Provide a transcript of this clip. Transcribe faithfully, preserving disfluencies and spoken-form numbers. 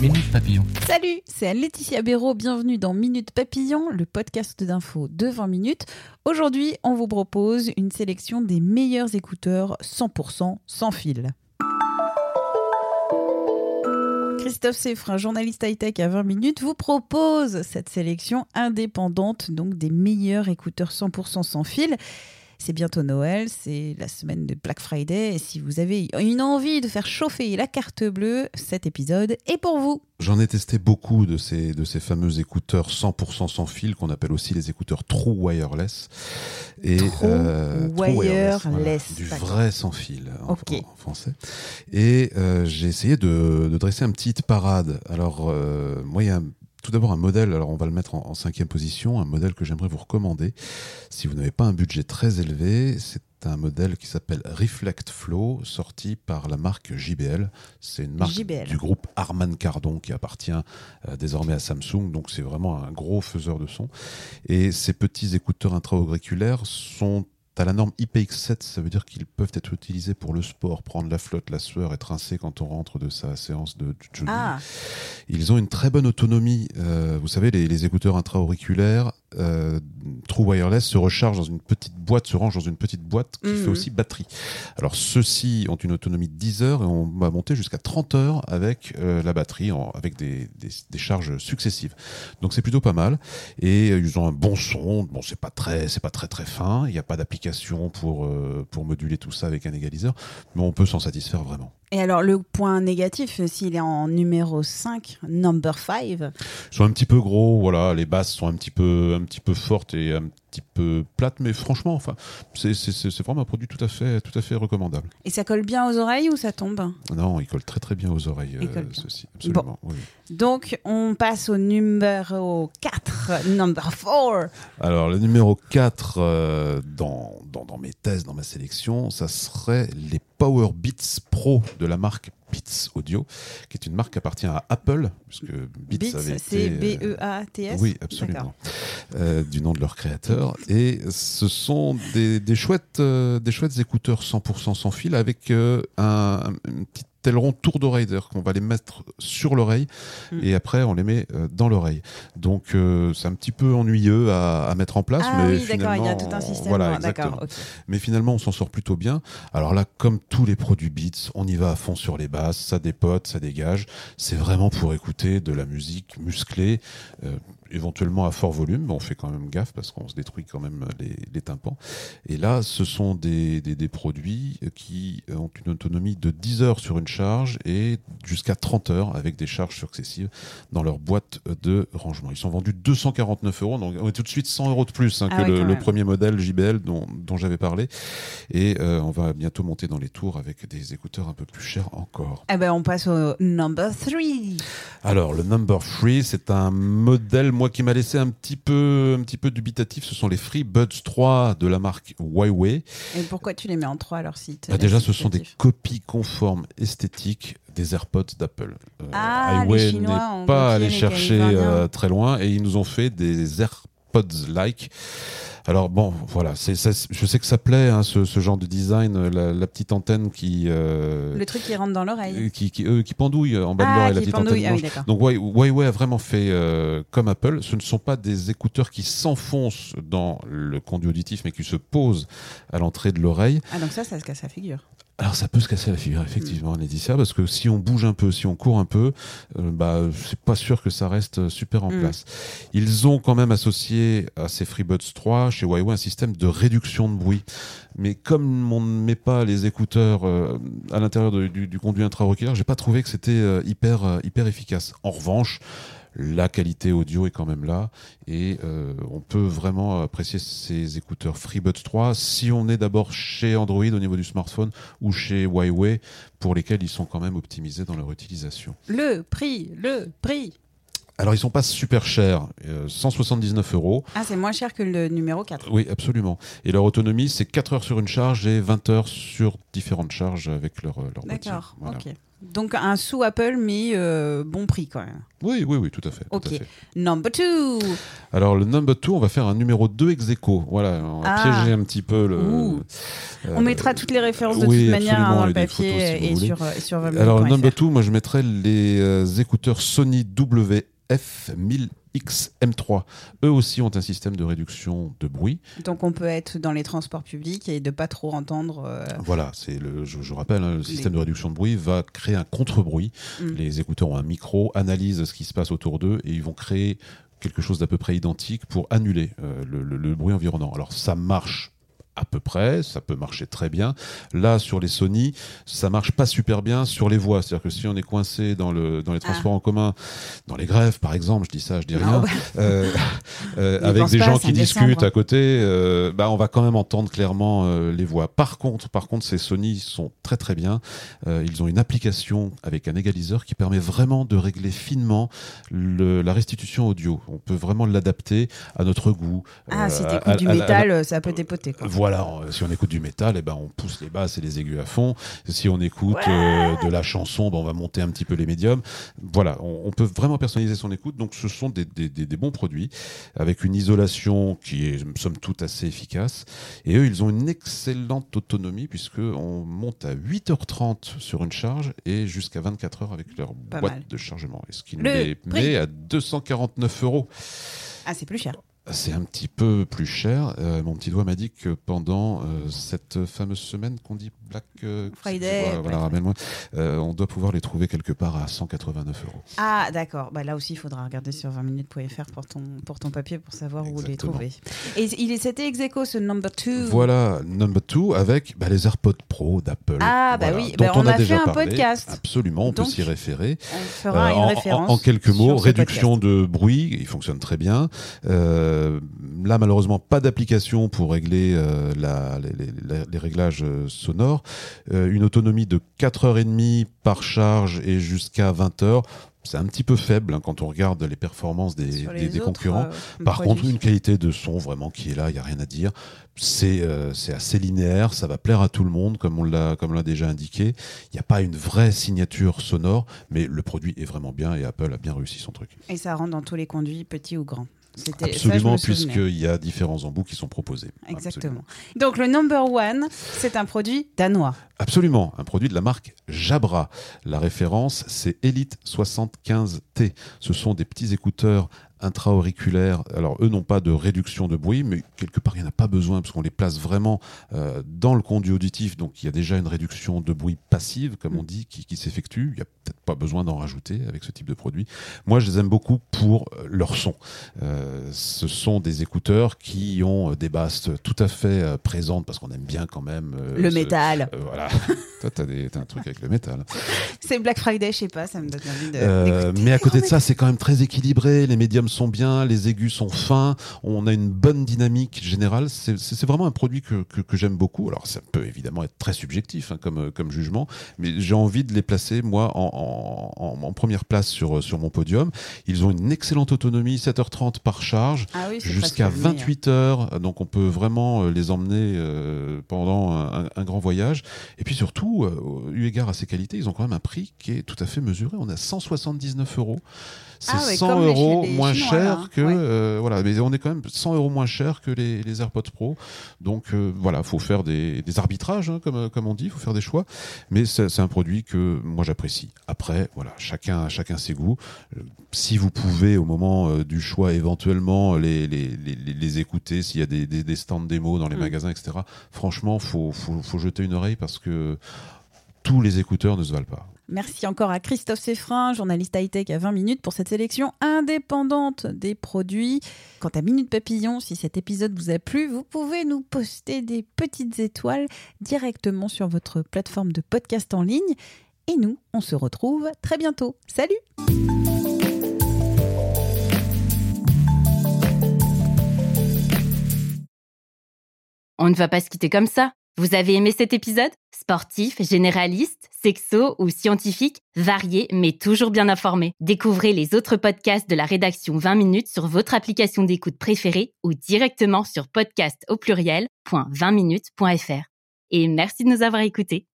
Minute Papillon. Salut, c'est Anne-Laetitia Béraud, bienvenue dans Minute Papillon, le podcast d'infos de vingt minutes. Aujourd'hui, on vous propose une sélection des meilleurs écouteurs cent pour cent sans fil. Christophe Seffrin, journaliste high-tech à vingt minutes, vous propose cette sélection indépendante donc des meilleurs écouteurs cent pour cent sans fil. C'est bientôt Noël, c'est la semaine de Black Friday et si vous avez une envie de faire chauffer la carte bleue, cet épisode est pour vous. J'en ai testé beaucoup de ces, de ces fameux écouteurs cent pour cent sans fil qu'on appelle aussi les écouteurs True Wireless. Et, True euh, Wireless, wireless, voilà, du d'accord. vrai sans fil en, Okay. en français. Et euh, j'ai essayé de, de dresser un petit hit parade. Alors, euh, moi, il y a un Tout d'abord un modèle, alors on va le mettre en, en cinquième position, un modèle que j'aimerais vous recommander. Si vous n'avez pas un budget très élevé, c'est un modèle qui s'appelle Reflect Flow, sorti par la marque J B L. C'est une marque J B L. du groupe Harman Kardon qui appartient euh, désormais à Samsung, donc c'est vraiment un gros faiseur de son. Et ces petits écouteurs intra-auriculaires sont à la norme I P X sept, ça veut dire qu'ils peuvent être utilisés pour le sport, prendre la flotte, la sueur, être rincés quand on rentre de sa séance de jogging. Ah. Ils ont une très bonne autonomie. Euh, vous savez, les, les écouteurs intra-auriculaires, euh, True Wireless se recharge dans une petite boîte, se range dans une petite boîte qui Mmh. fait aussi batterie. Alors ceux-ci ont une autonomie de dix heures et on va monter jusqu'à trente heures avec euh, la batterie, en, avec des, des, des charges successives. Donc c'est plutôt pas mal. Et euh, ils ont un bon son. Bon, c'est pas très, c'est pas très très fin. Il n'y a pas d'application pour euh, pour moduler tout ça avec un égaliseur, mais on peut s'en satisfaire vraiment. Et alors le point négatif, s'il est en numéro cinq, number five. Ils sont un petit peu gros, voilà, les basses sont un petit peu, un petit peu fortes et un petit peu plates, mais franchement, enfin, c'est, c'est, c'est vraiment un produit tout à fait, tout à fait recommandable. Et ça colle bien aux oreilles ou ça tombe ? Non, il colle très très bien aux oreilles, Il euh, colle bien. ceci, absolument. Oui. Donc on passe au numéro quatre, number four. Alors le numéro quatre euh, dans, dans, dans mes thèses, dans ma sélection, ça serait les Power Beats Pro de la marque Beats Audio, qui est une marque qui appartient à Apple, puisque Beats, Beats, avait c'est été... B E A T S ? Oui, absolument. D'accord. Euh, du nom de leur créateur. Et ce sont des, des, chouettes, euh, des chouettes écouteurs cent pour cent sans fil avec euh, un, un petit aileron tour d'oreille, d'ailleurs qu'on va les mettre sur l'oreille Mm. et après on les met euh, dans l'oreille. Donc euh, c'est un petit peu ennuyeux à, à mettre en place. Ah mais oui, d'accord, il y a tout un système. Voilà, Bon, exactement. d'accord, ok. Mais finalement, on s'en sort plutôt bien. Alors là, comme tous les produits Beats, on y va à fond sur les basses, ça dépote, ça dégage. C'est vraiment pour écouter de la musique musclée, euh, éventuellement à fort volume, mais on fait quand même gaffe parce qu'on se détruit quand même les, les tympans. Et là, ce sont des, des, des produits qui ont une autonomie de dix heures sur une charge et jusqu'à trente heures avec des charges successives dans leur boîte de rangement. Ils sont vendus deux cent quarante-neuf euros, donc on est tout de suite cent euros de plus hein, Ah que ouais, le, quand le même. premier modèle J B L dont, dont j'avais parlé. Et euh, on va bientôt monter dans les tours avec des écouteurs un peu plus chers encore. Eh ben on passe au number three. Alors, le number three, c'est un modèle, moi, qui m'a laissé un petit peu, un petit peu dubitatif. Ce sont les FreeBuds trois de la marque Huawei. Et pourquoi tu les mets en trois alors si Bah, déjà, ce sont des copies conformes esthétiques des AirPods d'Apple. Euh, Ah, les Huawei Chinois n'est ont pas copié allé les chercher Californiens. euh, très loin et ils nous ont fait des AirPods-like. Alors bon, voilà, c'est, ça, je sais que ça plaît, hein, ce, ce genre de design, la, la petite antenne qui, euh, Le truc qui rentre dans l'oreille. qui, qui, euh, qui pendouille en bas de Ah, l'oreille, la qui petite pendouille, antenne ah oui, blanche. d'accord. Donc Huawei Huawei a vraiment fait euh, comme Apple. Ce ne sont pas des écouteurs qui s'enfoncent dans le conduit auditif, mais qui se posent à l'entrée de l'oreille. Ah donc ça, ça se casse la figure. Alors ça peut se casser la figure, effectivement, Laetitia, parce que si on bouge un peu, si on court un peu, euh, bah c'est pas sûr que ça reste super en Mm. place. Ils ont quand même associé à ces FreeBuds trois chez Huawei un système de réduction de bruit. Mais comme on ne met pas les écouteurs euh, à l'intérieur de, du, du conduit intra-auriculaire, j'ai pas trouvé que c'était euh, hyper euh, hyper efficace. En revanche, la qualité audio est quand même là et euh, on peut vraiment apprécier ces écouteurs FreeBuds trois si on est d'abord chez Android au niveau du smartphone ou chez Huawei pour lesquels ils sont quand même optimisés dans leur utilisation. Le prix, le prix. Alors ils sont pas super chers, euh, cent soixante-dix-neuf euros. Ah, c'est moins cher que le numéro quatre. Oui, absolument. Et leur autonomie, c'est quatre heures sur une charge et vingt heures sur différentes charges avec leur, leur boîtier. D'accord, Voilà. ok. Donc un sous Apple, mais euh, bon prix quand même. Oui, oui, oui, tout à fait. Ok. Tout à fait. Number two. Alors, le number two, on va faire un numéro deux ex aequo. Voilà, on va Ah. piéger un petit peu le... Ouh. Euh, On mettra toutes les références de oui, toute manière hein, dans le et des papier photos, si vous et, voulez. sur, et sur vingt minutes point F R. Alors, le number two, moi, je mettrais les euh, écouteurs Sony W F mille X M trois. Eux aussi ont un système de réduction de bruit. Donc on peut être dans les transports publics et de pas trop entendre. Euh... Voilà, c'est le, je, je rappelle, hein, le système les... de réduction de bruit va créer un contre-bruit. Mm. Les écouteurs ont un micro, analysent ce qui se passe autour d'eux et ils vont créer quelque chose d'à peu près identique pour annuler euh, le, le, le bruit environnant. Alors ça marche à peu près, ça peut marcher très bien. Là, sur les Sony, ça marche pas super bien sur les voies. C'est-à-dire que si on est coincé dans, le, dans les transports ah. en commun, dans les grèves, par exemple, je dis ça, je dis rien, oh, bah. euh, euh, avec des pas, gens qui discutent décembre. à côté, euh, bah, on va quand même entendre clairement euh, les voix. Par contre, par contre, ces Sony sont très très bien. Euh, ils ont une application avec un égaliseur qui permet vraiment de régler finement le, la restitution audio. On peut vraiment l'adapter à notre goût. Ah, euh, si t'écoutes du métal, à, à, ça peut dépoter. Quoi. Voilà, si on écoute du métal, eh ben on pousse les basses et les aigus à fond. Si on écoute ouais euh, de la chanson, ben on va monter un petit peu les médiums. Voilà, on, on peut vraiment personnaliser son écoute. Donc ce sont des, des, des, des bons produits avec une isolation qui est somme toute assez efficace. Et eux, ils ont une excellente autonomie puisque on monte à huit heures trente sur une charge et jusqu'à vingt-quatre heures avec leur Pas boîte mal. de chargement. Et ce qui nous Le les prix. met à deux cent quarante-neuf euros. Ah, c'est plus cher. C'est un petit peu plus cher. Euh, mon petit doigt m'a dit que pendant euh, cette fameuse semaine qu'on dit Black euh, Friday, voilà, voilà, ramène-moi, euh, on doit pouvoir les trouver quelque part à cent quatre-vingt-neuf euros. Ah, d'accord. Bah, là aussi, il faudra regarder sur vingt minutes point F R pour ton, pour ton papier pour savoir Exactement. Où les trouver. Et il est, c'était ex aequo, ce number two. Voilà, number two avec bah, les AirPods Pro d'Apple. Ah, voilà, bah oui, dont bah, on, on a, a déjà fait un parlé. podcast. Absolument, on Donc, peut s'y référer. On fera euh, une en, référence. En, en quelques mots, réduction podcast. de bruit, il fonctionne très bien. Euh, là, malheureusement, pas d'application pour régler euh, la, les, les, les réglages sonores. Euh, une autonomie de quatre heures trente par charge et jusqu'à vingt heures. C'est un petit peu faible hein, quand on regarde les performances des, les des, des autres, concurrents. Euh, Par produits. contre, une qualité de son vraiment qui est là, il n'y a rien à dire. C'est euh, c'est assez linéaire, ça va plaire à tout le monde, comme on l'a comme on l'a déjà indiqué. Il n'y a pas une vraie signature sonore, mais le produit est vraiment bien et Apple a bien réussi son truc. Et ça rentre dans tous les conduits, petits ou grands. C'était, Absolument, puisqu'il y a différents embouts qui sont proposés. Exactement. Absolument. Donc le number one, c'est un produit danois. Absolument, un produit de la marque Jabra. La référence, c'est Elite soixante-quinze T. Ce sont des petits écouteurs intra-auriculaires. Alors, eux n'ont pas de réduction de bruit, mais quelque part, il n'y en a pas besoin, parce qu'on les place vraiment euh, dans le conduit auditif. Donc, il y a déjà une réduction de bruit passive, comme on dit, qui, qui s'effectue. Il n'y a peut-être pas besoin d'en rajouter avec ce type de produit. Moi, je les aime beaucoup pour leur son. Euh, ce sont des écouteurs qui ont des basses tout à fait euh, présentes, parce qu'on aime bien quand même... Euh, le ce, métal. Euh, voilà. Toi, t'as, des, t'as un truc avec le métal. C'est Black Friday, je sais pas, ça me donne envie de... Euh, mais à côté de ça, c'est quand même très équilibré. Les médiums sont bien, les aigus sont fins. On a une bonne dynamique générale. C'est, c'est, c'est vraiment un produit que, que, que j'aime beaucoup. Alors, ça peut évidemment être très subjectif hein, comme, comme jugement, mais j'ai envie de les placer, moi, en, en, en première place sur, sur mon podium. Ils ont une excellente autonomie, sept heures trente par charge, ah oui, jusqu'à vingt-huit heures. Donc, on peut vraiment les emmener euh, pendant un, un grand voyage. Et puis surtout, euh, eu égard à ces qualités, ils ont quand même un prix qui est tout à fait mesuré. On a cent soixante-dix-neuf euros. C'est ah ouais, cent euros les, les moins Chinois, cher là, que ouais. euh, voilà, mais on est quand même cent euros moins cher que les, les AirPods Pro. Donc euh, voilà, faut faire des, des arbitrages, hein, comme comme on dit, faut faire des choix. Mais c'est, c'est un produit que moi j'apprécie. Après, voilà, chacun chacun ses goûts. Euh, si vous pouvez au moment euh, du choix éventuellement les les, les, les écouter, s'il y a des, des, des stands démo dans les mm. magasins, et cetera. Franchement, faut faut faut jeter une oreille parce que tous les écouteurs ne se valent pas. Merci encore à Christophe Seffrin, journaliste high-tech à vingt minutes, pour cette sélection indépendante des produits. Quant à Minute Papillon, si cet épisode vous a plu, vous pouvez nous poster des petites étoiles directement sur votre plateforme de podcast en ligne. Et nous, on se retrouve très bientôt. Salut! On ne va pas se quitter comme ça. Vous avez aimé cet épisode ? Sportif, généraliste, sexo ou scientifique, varié mais toujours bien informé. Découvrez les autres podcasts de la rédaction vingt minutes sur votre application d'écoute préférée ou directement sur podcast au pluriel point vingt minutes point f r. Et merci de nous avoir écoutés.